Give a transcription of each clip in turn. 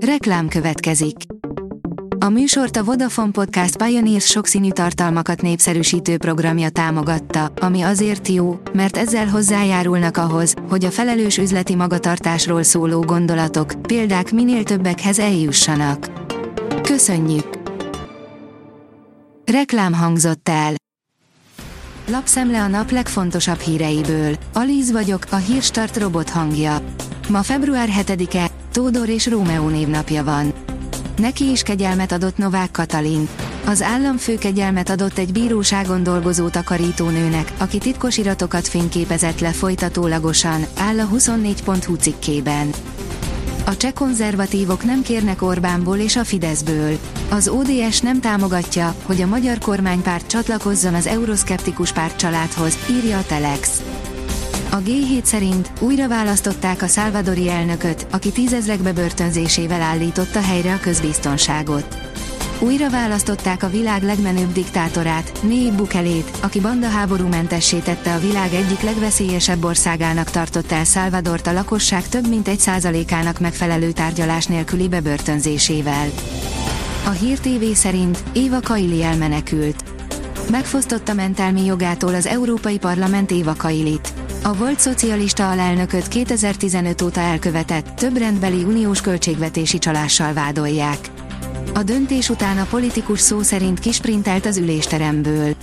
Reklám következik. A műsort a Vodafone Podcast Pioneers sokszínű tartalmakat népszerűsítő programja támogatta, ami azért jó, mert ezzel hozzájárulnak ahhoz, hogy a felelős üzleti magatartásról szóló gondolatok, példák minél többekhez eljussanak. Köszönjük! Reklám hangzott el. Lapszemle a nap legfontosabb híreiből. Alíz vagyok, a Hírstart robot hangja. Ma február 7-e, Tódor és Rómeó névnapja van. Neki is kegyelmet adott Novák Katalin. Az államfő kegyelmet adott egy bíróságon dolgozó takarítónőnek, aki titkos iratokat fényképezett le folytatólagosan, áll a 24.hu cikkében. A cseh konzervatívok nem kérnek Orbánból és a Fideszből. Az ODS nem támogatja, hogy a magyar kormánypárt csatlakozzon az euroszkeptikus pártcsaládhoz, írja a Telex. A G7 szerint újra választották a salvadori elnököt, aki tízezrek bebörtönzésével állította helyre a közbiztonságot. Újra választották a világ legmenőbb diktátorát, Nayib Bukelét, aki bandaháborúmentessé tette a világ egyik legveszélyesebb országának tartott El Salvadort a lakosság több mint 1%-ának megfelelő tárgyalás nélküli bebörtönzésével. A Hír TV szerint Éva Kaili elmenekült. Megfosztotta mentelmi jogától az Európai Parlament Éva Kailit. A volt szocialista alelnököt 2015 óta elkövetett, több rendbeli uniós költségvetési csalással vádolják. A döntés után a politikus szó szerint kisprintelt az ülésteremből.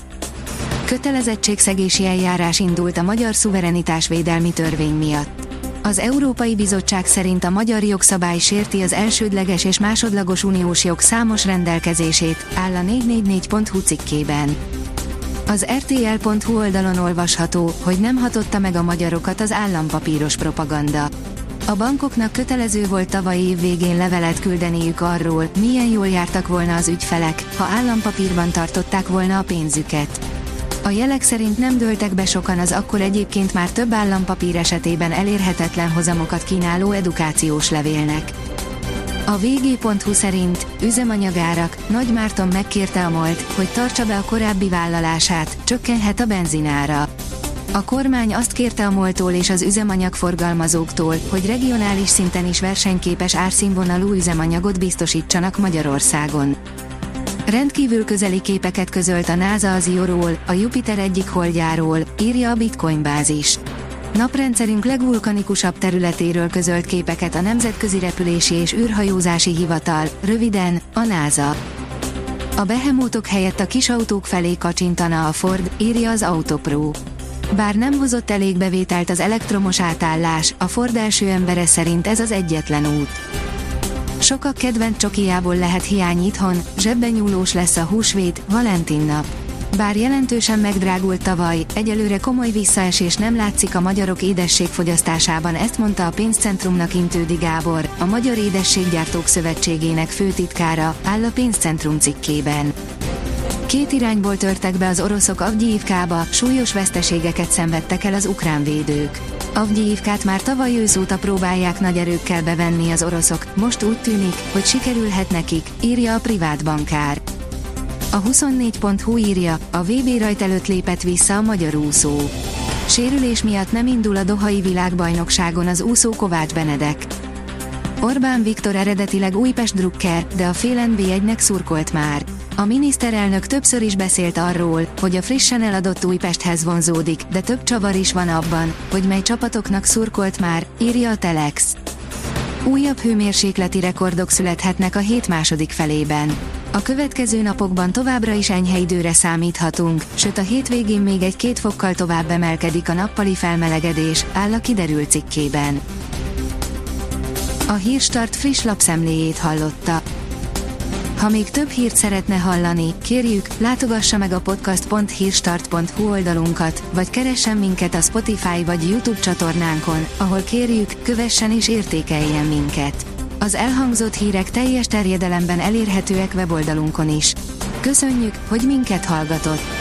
Kötelezettségszegési eljárás indult a magyar szuverenitásvédelmi törvény miatt. Az Európai Bizottság szerint a magyar jogszabály sérti az elsődleges és másodlagos uniós jog számos rendelkezését, áll a 444.hu cikkében. Az rtl.hu oldalon olvasható, hogy nem hatotta meg a magyarokat az állampapíros propaganda. A bankoknak kötelező volt tavaly év végén levelet küldeniük arról, milyen jól jártak volna az ügyfelek, ha állampapírban tartották volna a pénzüket. A jelek szerint nem dőltek be sokan az akkor egyébként már több állampapír esetében elérhetetlen hozamokat kínáló edukációs levélnek. A vg.hu szerint üzemanyagárak, Nagy Márton megkérte a MOL-t, hogy tartsa be a korábbi vállalását, csökkenhet a benzinára. A kormány azt kérte a MOL-tól és az üzemanyagforgalmazóktól, hogy regionális szinten is versenyképes árszínvonalú üzemanyagot biztosítsanak Magyarországon. Rendkívül közeli képeket közölt a NASA az Io-ról, a Jupiter egyik holdjáról, írja a Bitcoin bázis. Naprendszerünk legvulkanikusabb területéről közölt képeket a Nemzetközi Repülési és űrhajózási Hivatal, röviden, a NASA. A behemótok helyett a kisautók felé kacsintana a Ford, írja az Autopro. Bár nem hozott elég bevételt az elektromos átállás, a Ford első embere szerint ez az egyetlen út. Sokak kedvenc csokijából lehet hiány itthon, zsebben nyúlós lesz a húsvét, Valentin nap. Bár jelentősen megdrágult tavaly, egyelőre komoly visszaesés nem látszik a magyarok édességfogyasztásában, ezt mondta a Pénzcentrumnak Intődi Gábor, a Magyar Édességgyártók Szövetségének főtitkára, áll a Pénzcentrum cikkében. Két irányból törtek be az oroszok Avgyivkába, súlyos veszteségeket szenvedtek el az ukrán védők. Avgyivkát már tavaly ősz óta próbálják nagy erőkkel bevenni az oroszok, most úgy tűnik, hogy sikerülhet nekik, írja a privát bankár. A 24.hu írja, a VB rajt előtt lépett vissza a magyar úszó. Sérülés miatt nem indul a dohai világbajnokságon az úszó Kovács Benedek. Orbán Viktor eredetileg Újpest drukker, de a fél NB1-nek szurkolt már. A miniszterelnök többször is beszélt arról, hogy a frissen eladott Újpesthez vonzódik, de több csavar is van abban, hogy mely csapatoknak szurkolt már, írja a Telex. Újabb hőmérsékleti rekordok születhetnek a hét második felében. A következő napokban továbbra is enyhe időre számíthatunk, sőt a hétvégén még 1-2 fokkal tovább emelkedik a nappali felmelegedés, áll a Kiderült cikkében. A Hírstart friss lapszemléjét hallotta. Ha még több hírt szeretne hallani, kérjük, látogassa meg a podcast.hírstart.hu oldalunkat, vagy keressen minket a Spotify vagy YouTube csatornánkon, ahol kérjük, kövessen és értékeljen minket. Az elhangzott hírek teljes terjedelemben elérhetőek weboldalunkon is. Köszönjük, hogy minket hallgatott!